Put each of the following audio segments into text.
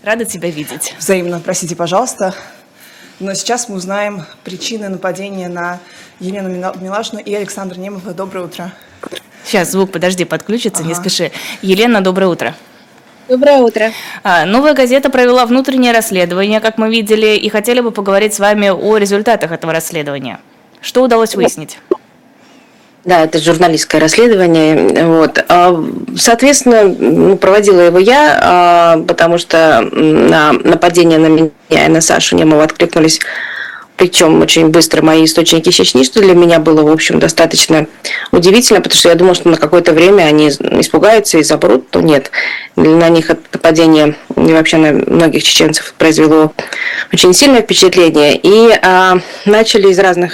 Рада тебя видеть. Взаимно, простите, пожалуйста. Но сейчас мы узнаем причины нападения на Елену Милашину и Александра Немова. Доброе утро. Сейчас звук, подожди, подключится, не спеши. Елена, доброе утро. Доброе утро. «Новая газета» провела внутреннее расследование, как мы видели, и хотели бы поговорить с вами о результатах этого расследования. Что удалось выяснить? Да, это журналистское расследование. Вот. Соответственно, проводила его я, потому что на нападение на меня и на Сашу Немова откликнулись, причем очень быстро, мои источники Чечни, что для меня было, в общем, достаточно удивительно, потому что я думала, что на какое-то время они испугаются и заберут, то нет. На них это нападение и вообще на многих чеченцев произвело очень сильное впечатление. И начали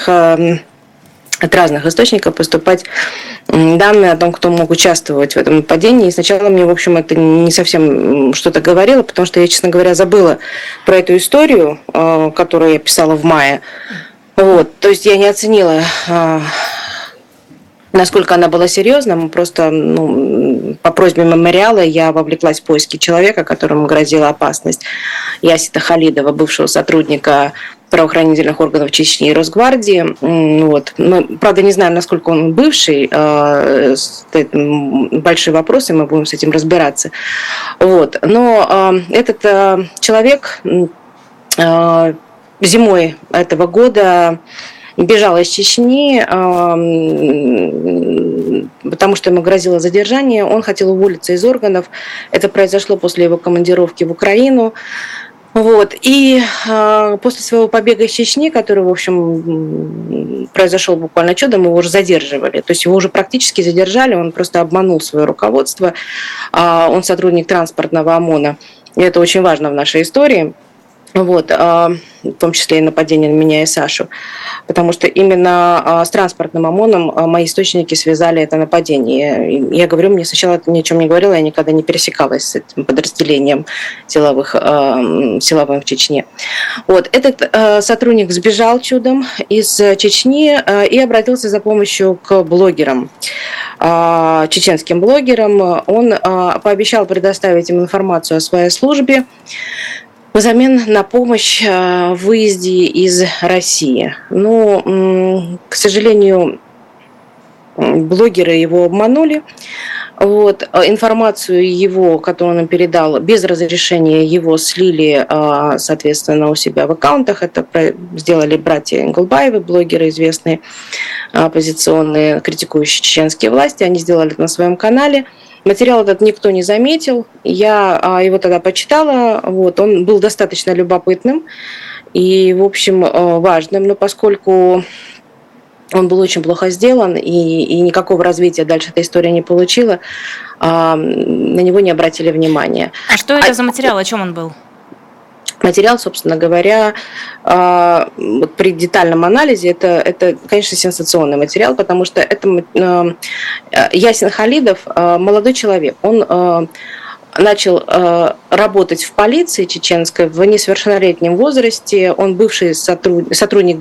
от разных источников поступать данные о том, кто мог участвовать в этом нападении. И сначала мне, в общем, это не совсем что-то говорило, потому что я, честно говоря, забыла про эту историю, которую я писала в мае. Вот. То есть я не оценила, насколько она была серьезна. Мы просто по просьбе мемориала я вовлеклась в поиски человека, которому грозила опасность. Ясита Халидова, бывшего сотрудника правоохранительных органов Чечни и Росгвардии. Вот. Мы, правда, не знаем, насколько он бывший. Большие вопросы, мы будем с этим разбираться. Вот. Но этот человек зимой этого года бежал из Чечни, потому что ему грозило задержание. Он хотел уволиться из органов. Это произошло после его командировки в Украину. Вот. И после своего побега из Чечни, который, в общем, произошел буквально чудом, его уже задерживали. То есть его уже практически задержали, он просто обманул свое руководство. Он сотрудник транспортного ОМОНа. И это очень важно в нашей истории. Вот, в том числе и нападение на меня и Сашу. Потому что именно с транспортным ОМОНом мои источники связали это нападение. Я говорю, мне сначала это ни о чем не говорила, я никогда не пересекалась с этим подразделением силовым в Чечне. Вот, этот сотрудник сбежал чудом из Чечни и обратился за помощью к блогерам, чеченским блогерам. Он пообещал предоставить им информацию о своей службе взамен на помощь в выезде из России. Но, к сожалению, блогеры его обманули. Вот. Информацию его, которую он им передал, без разрешения его слили, соответственно, у себя в аккаунтах. Это сделали братья Ингулбаевы, блогеры известные, оппозиционные, критикующие чеченские власти. Они сделали это на своем канале. Материал этот никто не заметил. Я его тогда почитала. Вот. Он был достаточно любопытным и, в общем, важным. Но поскольку он был очень плохо сделан и никакого развития дальше эта история не получила, на него не обратили внимания. А что это за материал? О чем он был? Материал, собственно говоря, при детальном анализе, это, конечно, сенсационный материал, потому что это Ясин Халидов, молодой человек. Он начал работать в полиции чеченской в несовершеннолетнем возрасте. Он бывший сотрудник,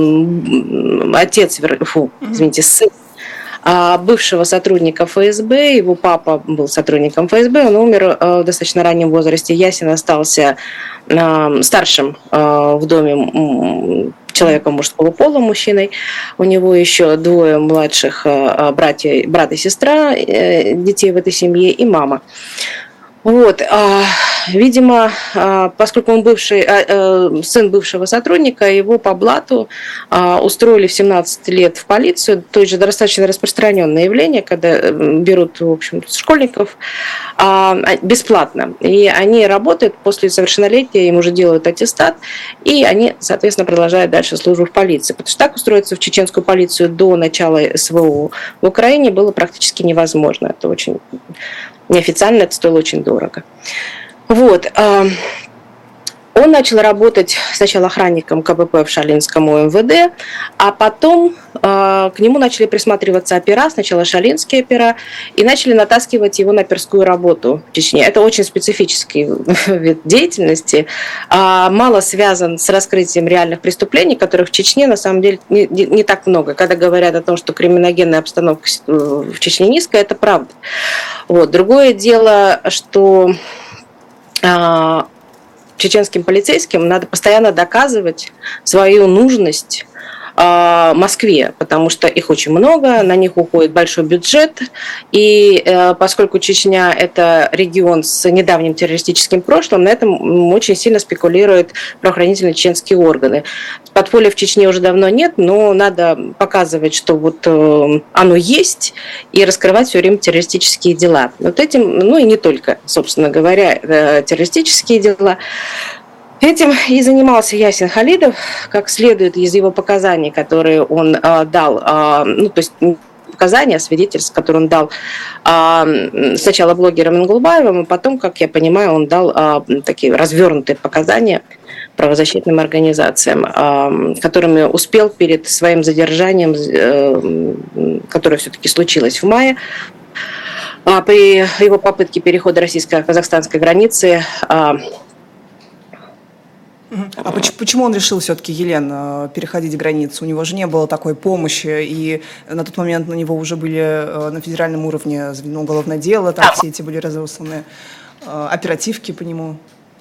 сын бывшего сотрудника ФСБ. Его папа был сотрудником ФСБ, он умер в достаточно раннем возрасте. Ясин остался старшим в доме человеком мужского пола, мужчиной. У него еще двое младших брат и сестра, детей в этой семье, и мама. Вот, видимо, поскольку он сын бывшего сотрудника, его по блату устроили в 17 лет в полицию. То есть достаточно распространенное явление, когда берут, в общем, школьников бесплатно. И они работают после совершеннолетия, им уже делают аттестат, и они, соответственно, продолжают дальше службу в полиции. Потому что так устроиться в чеченскую полицию до начала СВО в Украине было практически невозможно. Это очень неофициально, это стоило очень дорого. Вот. Он начал работать сначала охранником КПП в Шалинском УМВД, а потом к нему начали присматриваться опера, сначала шалинские опера, и начали натаскивать его на оперскую работу в Чечне. Это очень специфический вид деятельности, мало связан с раскрытием реальных преступлений, которых в Чечне на самом деле не так много. Когда говорят о том, что криминогенная обстановка в Чечне низкая, это правда. Вот. Другое дело, что чеченским полицейским надо постоянно доказывать свою нужность Москве, потому что их очень много, на них уходит большой бюджет, и поскольку Чечня – это регион с недавним террористическим прошлым, на этом очень сильно спекулируют правоохранительные чеченские органы. Подполья в Чечне уже давно нет, но надо показывать, что вот оно есть, и раскрывать все время террористические дела. Вот этим, ну и не только, собственно говоря, террористические дела. Этим и занимался Ясин Халидов, как следует из его показаний, которые он дал, ну, то есть показания, свидетельств, которые он дал сначала блогерам Ингулбаевым, а потом, как я понимаю, он дал такие развернутые показания правозащитным организациям, которыми успел перед своим задержанием, которое все-таки случилось в мае, при его попытке перехода российско-казахстанской границы. А почему он решил все-таки, Елен, переходить границу? У него же не было такой помощи, и на тот момент на него уже были на федеральном уровне заведено уголовное дело, там все эти были разосланы оперативки по нему.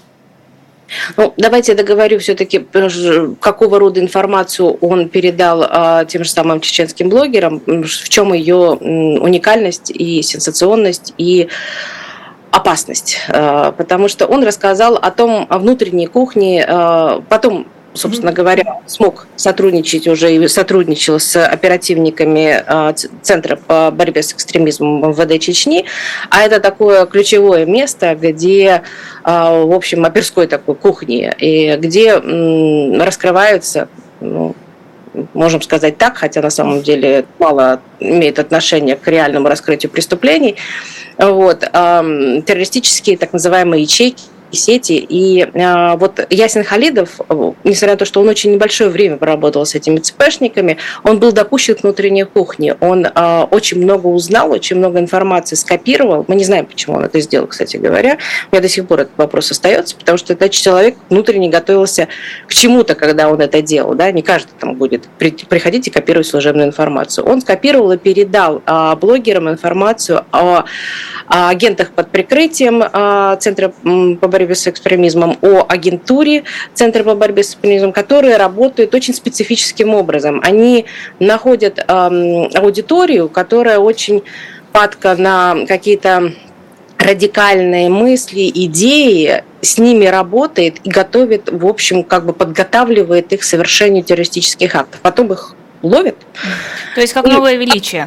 Ну, давайте я договорю все-таки, какого рода информацию он передал тем же самым чеченским блогерам, в чем ее уникальность и сенсационность, и опасность, потому что он рассказал о внутренней кухне, потом, собственно говоря, смог сотрудничать уже и сотрудничал с оперативниками Центра по борьбе с экстремизмом МВД Чечни, а это такое ключевое место, где, в общем, оперской такой кухни, и где раскрываются, ну, можем сказать так, хотя на самом деле мало имеет отношения к реальному раскрытию преступлений, вот, террористические так называемые ячейки, сети. И вот Ясин Халидов, несмотря на то, что он очень небольшое время поработал с этими ЦПшниками, он был допущен к внутренней кухне. Он очень много узнал, очень много информации скопировал. Мы не знаем, почему он это сделал, кстати говоря. У меня до сих пор этот вопрос остается, потому что этот человек внутренне готовился к чему-то, когда он это делал. Да? Не каждый там будет приходить и копировать служебную информацию. Он скопировал и передал блогерам информацию о агентах под прикрытием Центра по борьбе с экстремизмом, о агентуре Центра по борьбе с экстремизмом, которые работают очень специфическим образом. Они находят аудиторию, которая очень падка на какие-то радикальные мысли, идеи, с ними работает и готовит, в общем, как бы подготавливает их к совершению террористических актов. Потом их ловят. То есть как новое величие.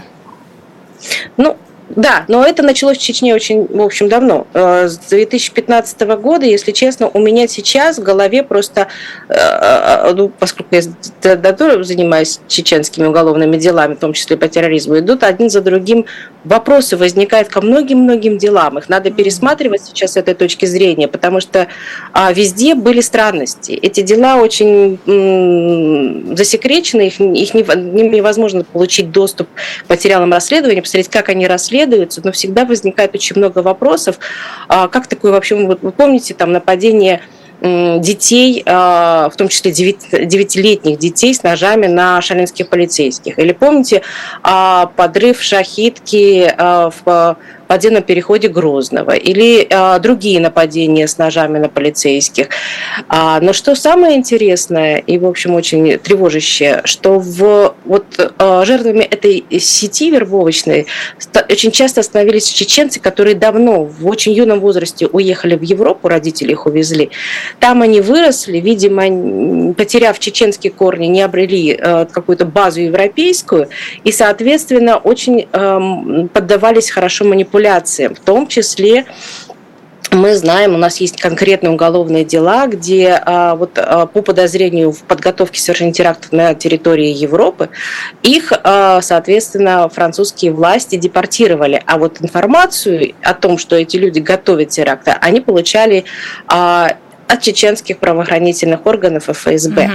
Ну, да, но это началось в Чечне очень, в общем, давно. С 2015 года, если честно, у меня сейчас в голове просто, ну, поскольку я давно занимаюсь чеченскими уголовными делами, в том числе по терроризму, идут один за другим вопросы, возникают ко многим-многим делам. Их надо пересматривать сейчас с этой точки зрения, потому что везде были странности. Эти дела очень засекречены, их невозможно получить доступ к материалам расследования, посмотреть, как они расследуются, но всегда возникает очень много вопросов. Как такое вообще, вы помните, там нападение детей, в том числе 9-летних детей с ножами на шалинских полицейских? Или помните подрыв шахидки в подземном переходе Грозного? Или другие нападения с ножами на полицейских? Но что самое интересное и, в общем, очень тревожащее, что жертвами этой сети вербовочной очень часто становились чеченцы, которые давно, в очень юном возрасте уехали в Европу, родители их увезли. Там они выросли, видимо, потеряв чеченские корни, не обрели какую-то базу европейскую, и, соответственно, очень поддавались хорошо манипуляциям. В том числе мы знаем, у нас есть конкретные уголовные дела, где по подозрению в подготовке совершения терактов на территории Европы их, соответственно, французские власти депортировали. А вот информацию о том, что эти люди готовят теракты, они получали от чеченских правоохранительных органов и ФСБ.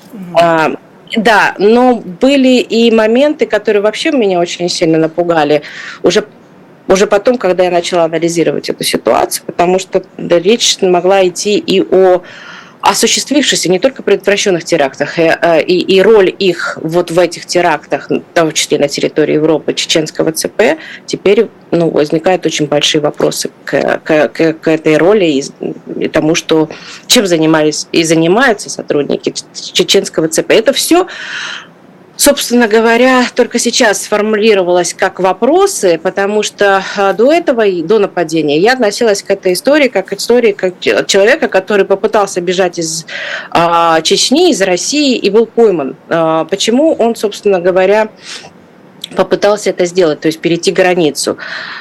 Да, но были и моменты, которые вообще меня очень сильно напугали. Уже потом, когда я начала анализировать эту ситуацию, потому что речь могла идти и о осуществившихся, не только предотвращенных терактах, и роль их вот в этих терактах, в том числе на территории Европы, чеченского ЦП, теперь возникают очень большие вопросы к этой роли и тому, что чем занимались и занимаются сотрудники чеченского ЦП. Это все, собственно говоря, только сейчас сформулировалось как вопросы, потому что до этого, до нападения, я относилась к этой истории как человека, который попытался бежать из Чечни, из России и был пойман. Почему он, собственно говоря, попытался это сделать, то есть перейти границу?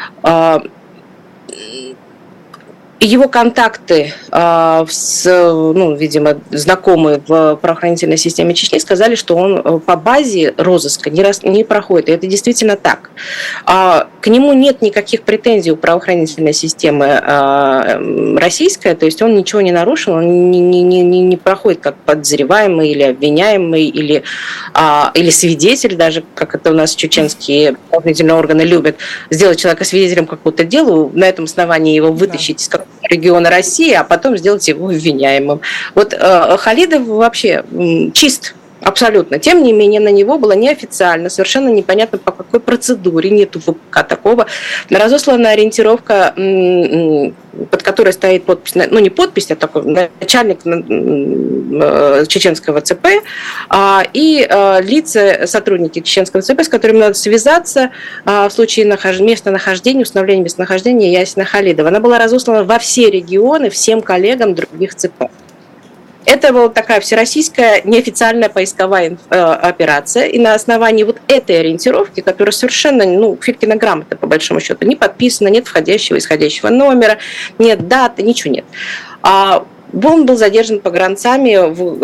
Его контакты, видимо, знакомые в правоохранительной системе Чечни сказали, что он по базе розыска не проходит. И это действительно так. К нему нет никаких претензий у правоохранительной системы российской, то есть он ничего не нарушил, он не проходит как подозреваемый или обвиняемый, или свидетель, даже как это у нас чеченские правоохранительные органы любят, сделать человека свидетелем какого-то дела, на этом основании его вытащить из какого-то региона России, а потом сделать его обвиняемым. Вот Халидов вообще чист. Абсолютно. Тем не менее, на него было неофициально, совершенно непонятно по какой процедуре, нету ВПК такого, разослана ориентировка, под которой стоит подпись, не подпись, а такой начальник чеченского ЦП и лица, сотрудники чеченского ЦП, с которыми надо связаться в случае местонахождения, установления местонахождения Ясина Халидова. Она была разослана во все регионы, всем коллегам других ЦП. Это была такая всероссийская неофициальная поисковая операция, и на основании вот этой ориентировки, которая совершенно, Филькина грамота, по большому счету, не подписана, нет входящего, исходящего номера, нет даты, ничего нет. Он был задержан погранцами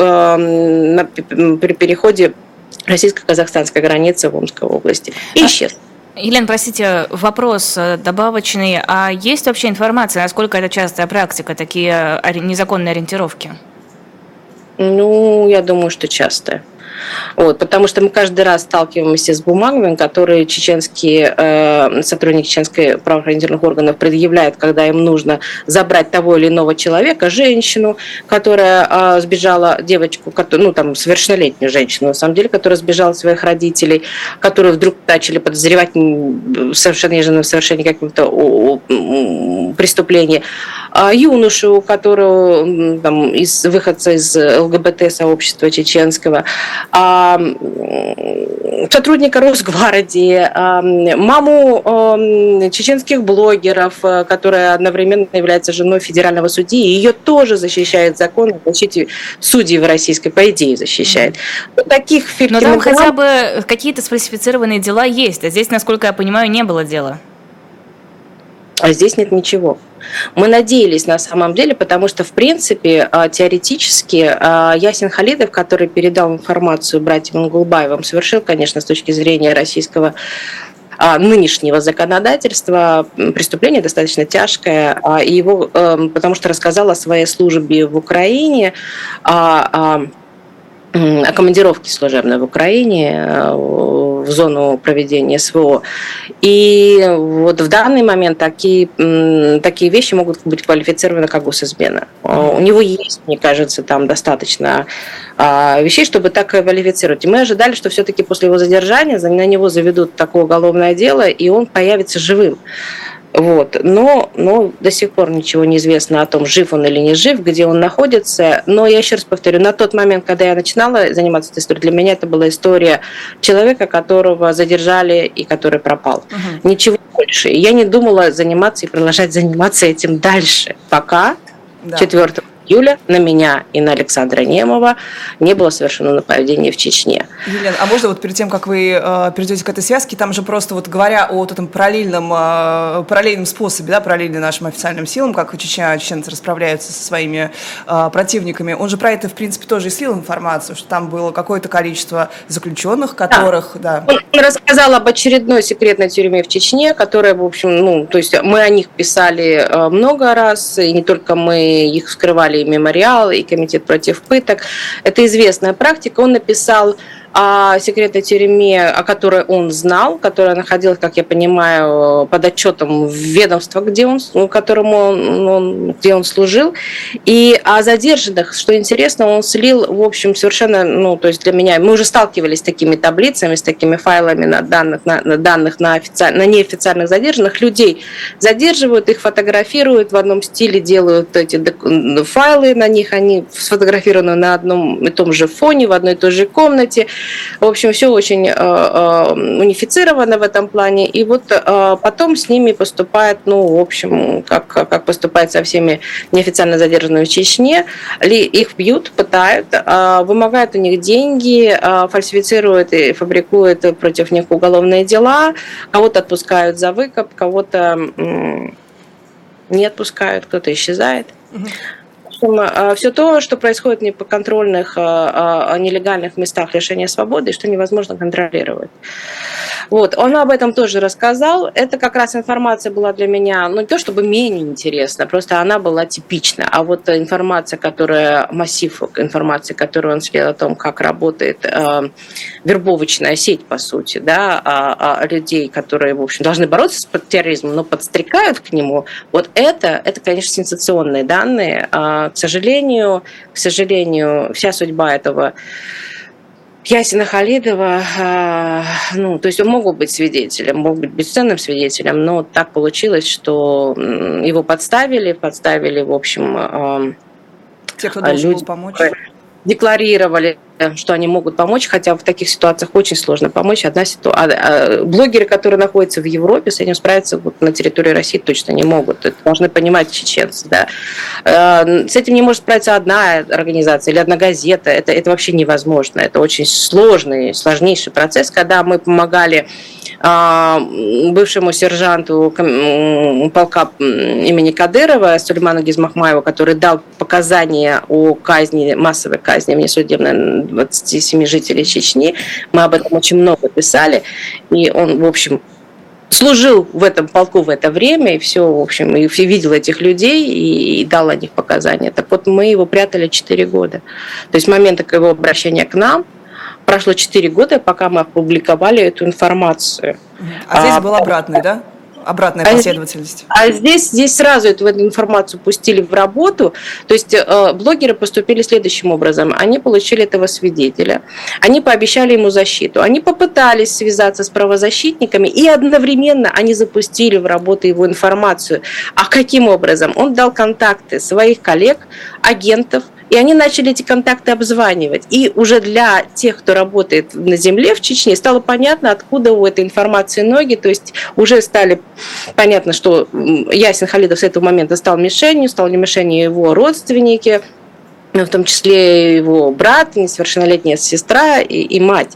при переходе российско-казахстанской границы в Омской области и исчез. Елена, простите, вопрос добавочный. А есть вообще информация, насколько это частая практика, такие незаконные ориентировки? Я думаю, что часто. Потому что мы каждый раз сталкиваемся с бумагами, которые сотрудники чеченских правоохранительных органов предъявляют, когда им нужно забрать того или иного человека, женщину, которая сбежала, девочку, совершеннолетнюю женщину, на самом деле, которая сбежала от своих родителей, которые вдруг начали подозревать в совершении какого-то преступления, юношу, которого выходца из ЛГБТ-сообщества чеченского, сотрудника Росгвардии, маму чеченских блогеров, которая одновременно является женой федерального судьи, ее тоже защищает закон о защите судей в российской, по идее, защищает. Но там хотя бы какие-то сфальсифицированные дела есть, а здесь, насколько я понимаю, не было дела. А здесь нет ничего. Мы надеялись на самом деле, потому что, в принципе, теоретически Ясин Халидов, который передал информацию братьям Ингулбаевым, совершил, конечно, с точки зрения российского нынешнего законодательства преступление достаточно тяжкое, потому что рассказал о своей службе в Украине, о командировке служебной в Украине, в зону проведения СВО. И вот в данный момент такие вещи могут быть квалифицированы как госизмена. У него есть, мне кажется, там достаточно вещей, чтобы так квалифицировать. И мы ожидали, что все-таки после его задержания на него заведут такое уголовное дело, и он появится живым. Но до сих пор ничего не известно о том, жив он или не жив, где он находится. Но я еще раз повторю, на тот момент, когда я начинала заниматься этой историей, для меня это была история человека, которого задержали и который пропал. Ничего больше. И я не думала заниматься и продолжать заниматься этим дальше, пока 4 июля на меня и на Александра Немова не было совершено нападение в Чечне. Елена, а можно перед тем, как вы перейдете к этой связке, там же просто говоря о этом параллельном способе, параллельно нашим официальным силам, как чеченцы расправляются со своими противниками, он же про это, в принципе, тоже и слил информацию, что там было какое-то количество заключенных, которых... Он рассказал об очередной секретной тюрьме в Чечне, которая, в общем, то есть мы о них писали много раз, и не только мы их вскрывали, и мемориал, и комитет против пыток. Это известная практика. Он написал о секретной тюрьме, о которой он знал, которая находилась, как я понимаю, под отчетом ведомства, где он служил. И о задержанных, что интересно, он слил, в общем, совершенно, то есть для меня, мы уже сталкивались с такими таблицами, с такими файлами на данных на неофициальных задержанных. Людей задерживают, их фотографируют в одном стиле, делают эти файлы на них, они сфотографированы на одном и том же фоне, в одной и той же комнате. В общем, все очень унифицировано в этом плане. И вот потом с ними поступает, в общем, как поступает со всеми неофициально задержанными в Чечне. Их бьют, пытают, вымогают у них деньги, фальсифицируют и фабрикуют против них уголовные дела. Кого-то отпускают за выкуп, кого-то не отпускают, кто-то исчезает. Все то, что происходит в непоконтрольных, нелегальных местах лишения свободы, что невозможно контролировать. Вот. Он об этом тоже рассказал. Это как раз информация была для меня, не то чтобы менее интересна, просто она была типична. А вот массив информации, которую он слил о том, как работает вербовочная сеть, по сути, людей, которые, в общем, должны бороться с терроризмом, но подстрекают к нему, вот это, конечно, сенсационные данные. К сожалению, вся судьба этого Ясина Халидова, то есть он мог быть свидетелем, мог быть бесценным свидетелем, но так получилось, что его подставили, в общем, те, кто должен был помочь, декларировали, что они могут помочь, хотя в таких ситуациях очень сложно помочь. Блогеры, которые находятся в Европе, с этим справиться на территории России точно не могут. Это должны понимать чеченцы. Да? С этим не может справиться одна организация или одна газета. Это вообще невозможно. Это очень сложнейший процесс. Когда мы помогали бывшему сержанту полка имени Кадырова Сулейману Гизмахмаеву, который дал показания о массовой казни внесудебной 27 жителей Чечни. Мы об этом очень много писали. И он, в общем, служил в этом полку в это время, и все, в общем, и видел этих людей, и дал о них показания. Так вот, мы его прятали 4 года. То есть с момента его обращения к нам прошло 4 года, пока мы опубликовали эту информацию. А здесь был обратный, да? Обратная последовательность. Здесь сразу эту информацию пустили в работу. То есть блогеры поступили следующим образом. Они получили этого свидетеля, они пообещали ему защиту, они попытались связаться с правозащитниками, и одновременно они запустили в работу его информацию. А каким образом? Он дал контакты своих коллег, агентов, и они начали эти контакты обзванивать. И уже для тех, кто работает на земле в Чечне, стало понятно, откуда у этой информации ноги. То есть уже стали понятно, что Ясин Халидов с этого момента стал мишенью его родственники, в том числе его брат, несовершеннолетняя сестра и мать.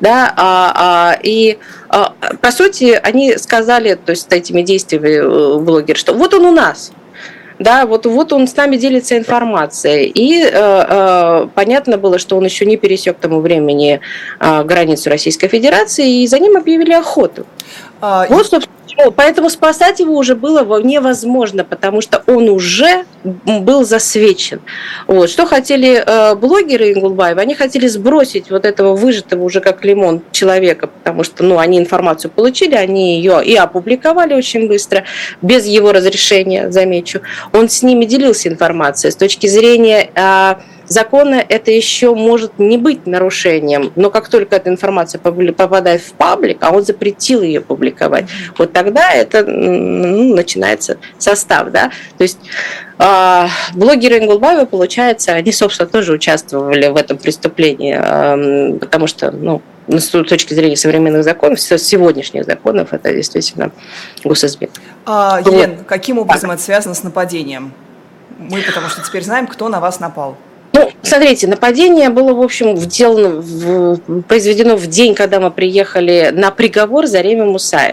Да? По сути, они сказали, то есть этими действиями блогер, что вот он у нас. Да, вот он с нами делится информацией. И понятно было, что он еще не пересек к тому времени границу Российской Федерации, и за ним объявили охоту. Вот, собственно, поэтому спасать его уже было невозможно, потому что он уже был засвечен. Вот. Что хотели блогеры Ингулбаева? Они хотели сбросить вот этого выжатого уже как лимон человека, потому что они информацию получили, они ее и опубликовали очень быстро, без его разрешения, замечу. Он с ними делился информацией. С точки зрения закона это еще может не быть нарушением, но как только эта информация попадает в паблик, а он запретил ее публиковать, вот тогда это начинается состав. Да? То есть блогеры Ингулбаева, получается, они, собственно, тоже участвовали в этом преступлении, потому что, с точки зрения современных законов, сегодняшних законов, это действительно госизмена. Елена, каким образом это связано с нападением? Мы, потому что теперь знаем, кто на вас напал. Смотрите, нападение было, в общем, произведено в день, когда мы приехали на приговор Зареме Мусаевой.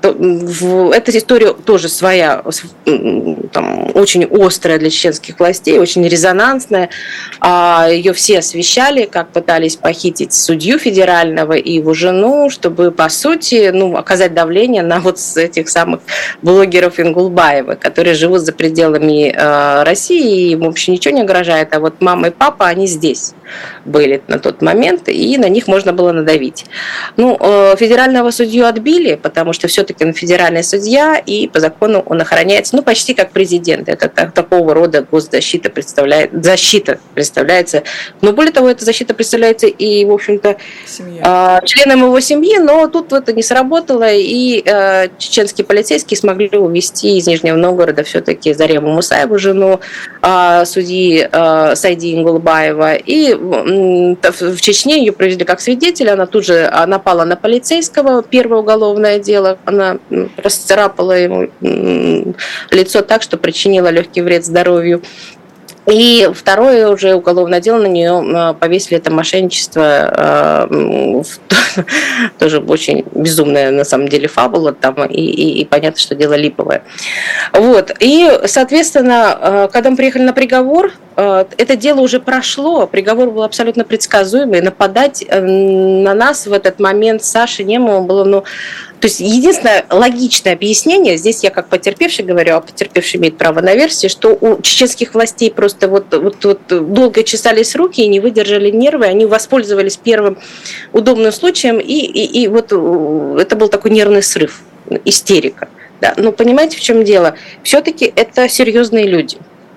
эта история тоже своя, там, очень острая для чеченских властей, очень резонансная. Ее все освещали, как пытались похитить судью федерального и его жену, чтобы, по сути, оказать давление на вот этих самых блогеров Ингулбаева, которые живут за пределами России, и им вообще ничего не угрожает, а вот мама и папа, они здесь были на тот момент, и на них можно было надавить. Федерального судью отбили, потому что все-таки он федеральный судья, и по закону он охраняется, почти как президент. Это такого рода госзащита представляется. Но более того, эта защита представляется и, в общем-то, членам его семьи, но тут это не сработало, и чеченские полицейские смогли увезти из Нижнего Новгорода все-таки Зарему Мусаеву, жену судьи Сайди Ингулбаева, и в Чечне ее провели как свидетеля, она тут же напала на полицейского, первое уголовное дело, она расцарапала ему лицо так, что причинила легкий вред здоровью. И второе уже уголовное дело, на нее повесили это мошенничество, тоже очень безумная на самом деле фабула, там, и понятно, что дело липовое. Вот. И, соответственно, когда мы приехали на приговор, это дело уже прошло, приговор был абсолютно предсказуемый, нападать на нас в этот момент Саше Немову было, то есть единственное логичное объяснение, здесь я как потерпевший говорю, а потерпевший имеет право на версию, что у чеченских властей просто вот долго чесались руки и не выдержали нервы, они воспользовались первым удобным случаем, и вот это был такой нервный срыв, истерика. Да. Но понимаете, в чем дело? Все-таки это серьезные люди.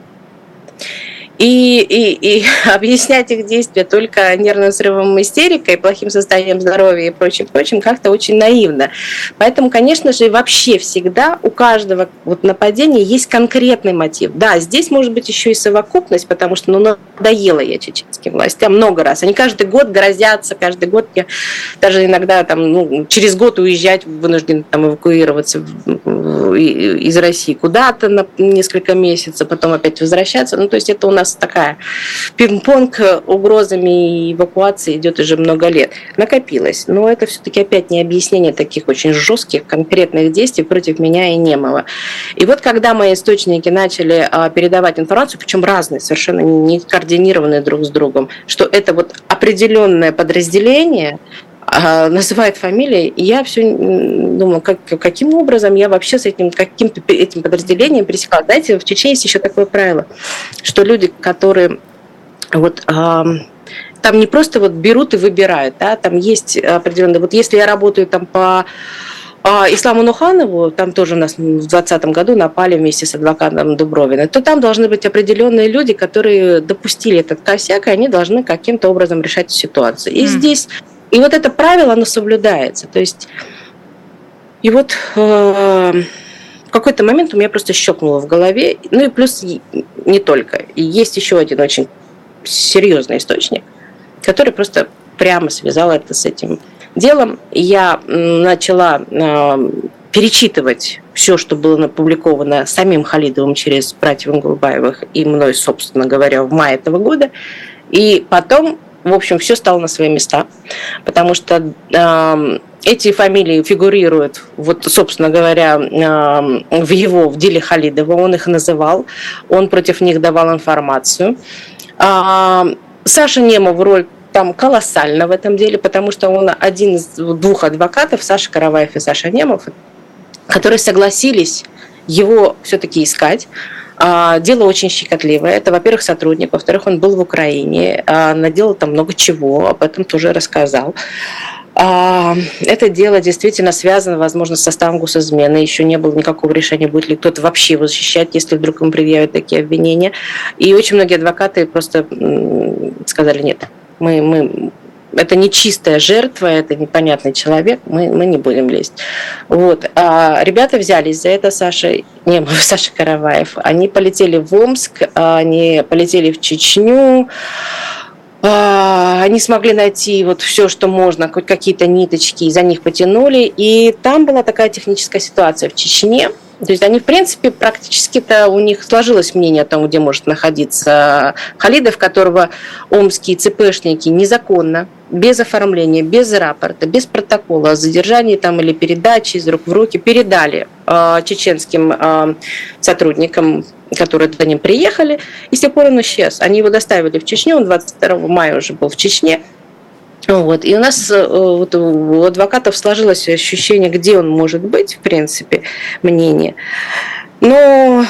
И объяснять их действия только нервным срывом, истерикой, плохим состоянием здоровья и прочим, как-то очень наивно. Поэтому, конечно же, вообще всегда у каждого нападения есть конкретный мотив. Да, здесь может быть еще и совокупность, потому что надоело я чеченским властям много раз. Они каждый год грозятся, каждый год я даже иногда через год уезжать вынужден эвакуироваться из России куда-то на несколько месяцев, потом опять возвращаться. То есть это у нас такая пинг-понг угрозами эвакуации идет уже много лет. Накопилось. Но это все-таки опять не объяснение таких очень жестких, конкретных действий против меня и Немова. И вот когда мои источники начали передавать информацию, причем разные, совершенно не координированные друг с другом, что это определенное подразделение называет фамилии, и я все думала, каким образом я вообще с этим подразделением пересекала. Знаете, в Чечне есть еще такое правило, что люди, которые там не просто берут и выбирают, да, там есть определенные, если я работаю там по Исламу Нуханову, там тоже у нас в 2020 году напали вместе с адвокатом Дубровиной, то там должны быть определенные люди, которые допустили этот косяк, и они должны каким-то образом решать ситуацию. И здесь это правило, оно соблюдается. То есть, и в какой-то момент у меня просто щелкнуло в голове, и плюс не только. И есть еще один очень серьезный источник, который просто прямо связал это с этим делом. Я начала перечитывать все, что было опубликовано самим Халидовым через братьев Ингулбаевых и мной, собственно говоря, в мае этого года. И потом, в общем, все стало на свои места, потому что эти фамилии фигурируют, собственно говоря, в деле Халидова, он их называл, он против них давал информацию. Саша Немов роль там колоссальна в этом деле, потому что он один из двух адвокатов, Саша Караваев и Саша Немов, которые согласились его все-таки искать. Дело очень щекотливое. Это, во-первых, сотрудник, во-вторых, он был в Украине, наделал там много чего, об этом тоже рассказал. Это дело действительно связано, возможно, с составом госизмены. Еще не было никакого решения, будет ли кто-то вообще его защищать, если вдруг им предъявят такие обвинения. И очень многие адвокаты просто сказали: нет, это не чистая жертва, это непонятный человек, мы не будем лезть. Ребята взялись за это, Саша Караваев. Они полетели в Омск, они полетели в Чечню, они смогли найти все, что можно, хоть какие-то ниточки, и за них потянули. И там была такая техническая ситуация в Чечне. То есть они, в принципе, практически-то у них сложилось мнение о том, где может находиться Халидов, которого омские ЦПшники незаконно, без оформления, без рапорта, без протокола о задержании там, или передаче из рук в руки передали чеченским сотрудникам, которые туда ним приехали, и с тех пор он исчез. Они его доставили в Чечню, он 22 мая уже был в Чечне. Вот. И у нас вот, у адвокатов сложилось ощущение, где он может быть, в принципе, мнение. Но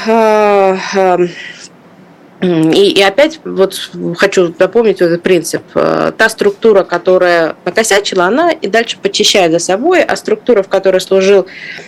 и опять вот хочу напомнить этот принцип. Та структура, которая накосячила, она и дальше почищает за собой, а структура, в которой служил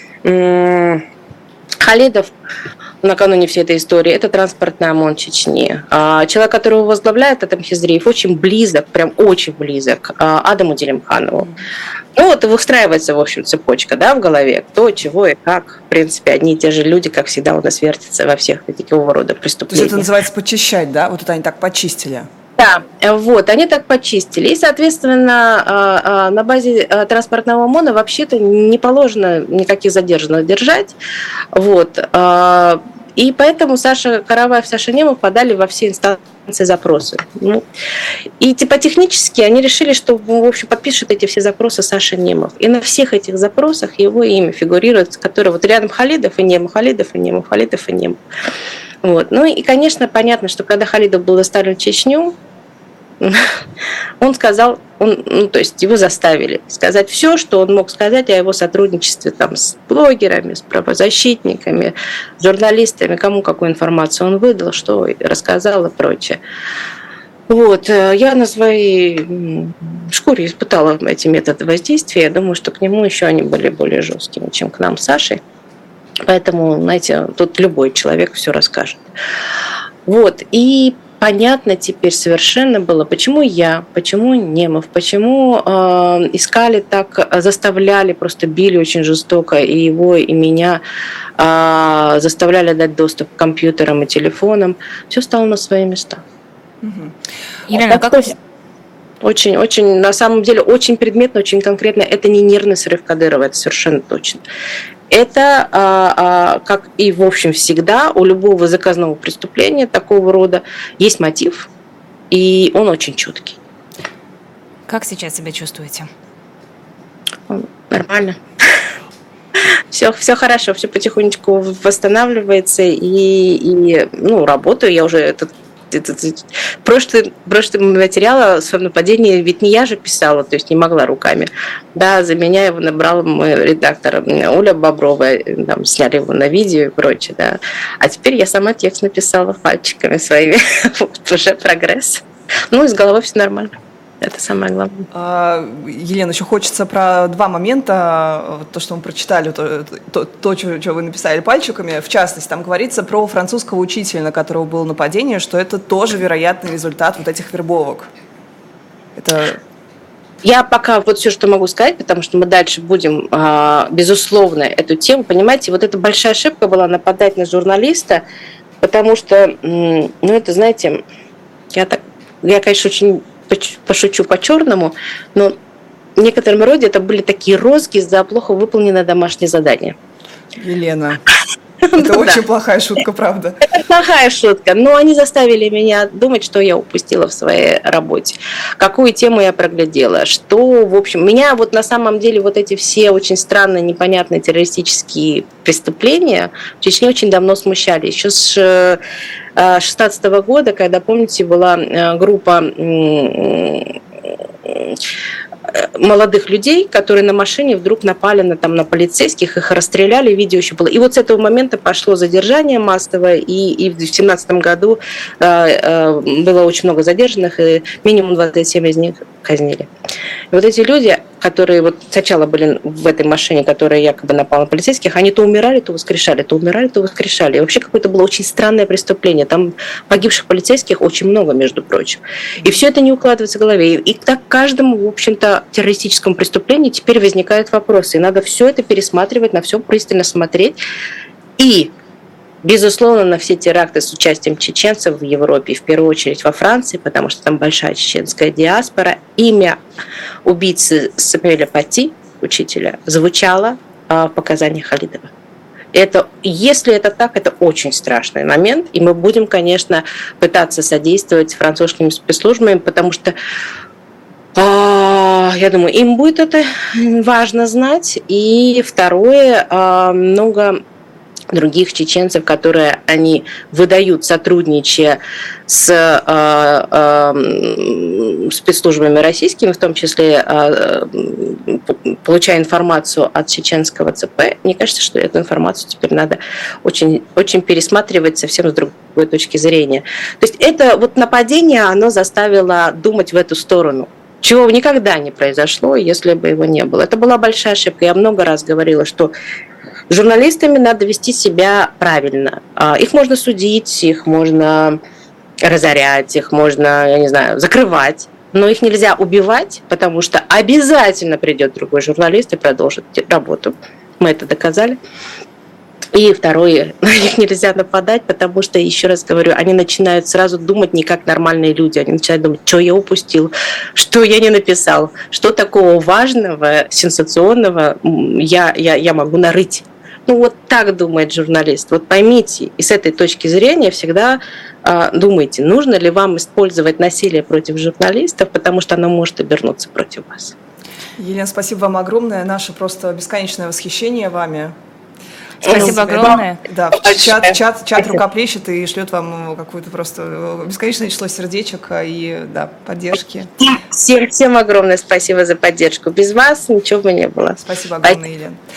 Халидов накануне всей этой истории, это транспортный ОМОН Чечни. Человек, которого возглавляет Атам Хизриев, очень близок, прям очень близок к Адаму Делимханову. Ну вот выстраивается, в общем, цепочка, да, в голове, кто, чего и как. В принципе, одни и те же люди, как всегда, у нас вертятся во всех такого рода преступлениях. То есть это называется почищать, да? Вот это они так почистили. Да, вот, они так почистили. И, соответственно, на базе транспортного ОМОНа вообще-то не положено никаких задержанных держать. Вот. И поэтому Саша Караваев, Саша Немов подали во все инстанции запросы. Ну, и типа технически они решили, что, в общем, подпишут эти все запросы Саша Немов. И на всех этих запросах его имя фигурирует, который вот рядом Халидов и Немов, Халидов и Немов, Халидов и Немов. Вот. Ну и, конечно, понятно, что когда Халидов был доставлен в Чечню, он сказал, то есть его заставили сказать все, что он мог сказать о его сотрудничестве там, с блогерами, с правозащитниками, журналистами, кому какую информацию он выдал, что рассказал и прочее. Вот. Я на своей шкуре испытала эти методы воздействия. Я думаю, что к нему еще они были более жесткими, чем к нам с Сашей. Поэтому, знаете, тут любой человек все расскажет. Вот. И понятно теперь совершенно было, почему я, почему Немов, почему искали так, заставляли, просто били очень жестоко и его, и меня, заставляли дать доступ к компьютерам и телефонам. Все стало на свои места. Елена, как... Очень, очень, на самом деле, очень предметно, очень конкретно. Это не нервный срыв Кадырова, это совершенно точно. Это, как и, в общем, всегда, у любого заказного преступления такого рода есть мотив, и он очень чуткий. Как сейчас себя чувствуете? Нормально. Все хорошо, все потихонечку восстанавливается, и работаю я уже прошлый материал о своем нападении ведь не я же писала, то есть не могла руками. Да, за меня его набрал мой редактор Оля Боброва, там, сняли его на видео и прочее, да. А теперь я сама текст написала пальчиками своими. Вот уже прогресс. Ну, и с головой все нормально. Это самое главное. Елена, еще хочется про два момента. То, что мы прочитали, то, что вы написали пальчиками. В частности, там говорится про французского учителя, на которого было нападение, что это тоже вероятный результат вот этих вербовок. Это... Я пока вот все, что могу сказать, потому что мы дальше будем, безусловно, эту тему. Понимаете, вот эта большая ошибка была нападать на журналиста, потому что, это, знаете, я, конечно, очень пошучу по-черному, но в некотором роде это были такие розги за плохо выполненное домашнее задание. Елена, это очень плохая шутка, правда. Это плохая шутка, но они заставили меня думать, что я упустила в своей работе, какую тему я проглядела, что, в общем, меня вот на самом деле вот эти все очень странные, непонятные террористические преступления в Чечне очень давно смущали. Еще с 2016 года, когда, помните, была группа молодых людей, которые на машине вдруг напали на полицейских, их расстреляли, видео еще было. И вот с этого момента пошло задержание массовое, и в 2017 году было очень много задержанных, и минимум 27 из них казнили. И вот эти люди, которые вот сначала были в этой машине, которая якобы напала на полицейских, они то умирали, то воскрешали, то умирали, то воскрешали. И вообще какое-то было очень странное преступление. Там погибших полицейских очень много, между прочим. И все это не укладывается в голове. И так каждому, в общем-то, террористическому преступлению теперь возникают вопросы. И надо все это пересматривать, на все пристально смотреть. И безусловно, на все теракты с участием чеченцев в Европе, в первую очередь во Франции, потому что там большая чеченская диаспора, имя убийцы Самуэля Пати, учителя, звучало в показаниях Халидова. Если это так, это очень страшный момент, и мы будем, конечно, пытаться содействовать французскими спецслужбами, потому что я думаю, им будет это важно знать. И второе, много других чеченцев, которые они выдают, сотрудничая с спецслужбами российскими, в том числе получая информацию от чеченского ЦП. Мне кажется, что эту информацию теперь надо очень, очень пересматривать совсем с другой точки зрения. То есть это вот нападение, оно заставило думать в эту сторону, чего никогда не произошло, если бы его не было. Это была большая ошибка. Я много раз говорила, что с журналистами надо вести себя правильно. Их можно судить, их можно разорять, их можно, я не знаю, закрывать, но их нельзя убивать, потому что обязательно придет другой журналист и продолжит работу. Мы это доказали. И второе, на них нельзя нападать, потому что, еще раз говорю, они начинают сразу думать не как нормальные люди. Они начинают думать, что я упустил, что я не написал, что такого важного, сенсационного я могу нарыть. Ну вот так думает журналист. Вот поймите, и с этой точки зрения всегда думайте, нужно ли вам использовать насилие против журналистов, потому что оно может обернуться против вас. Елена, спасибо вам огромное. Наше просто бесконечное восхищение вами. Спасибо огромное. Да, чат рукоплещет и шлет вам какое-то просто бесконечное число сердечек и да, поддержки. Всем огромное спасибо за поддержку. Без вас ничего бы не было. Спасибо огромное, Елена.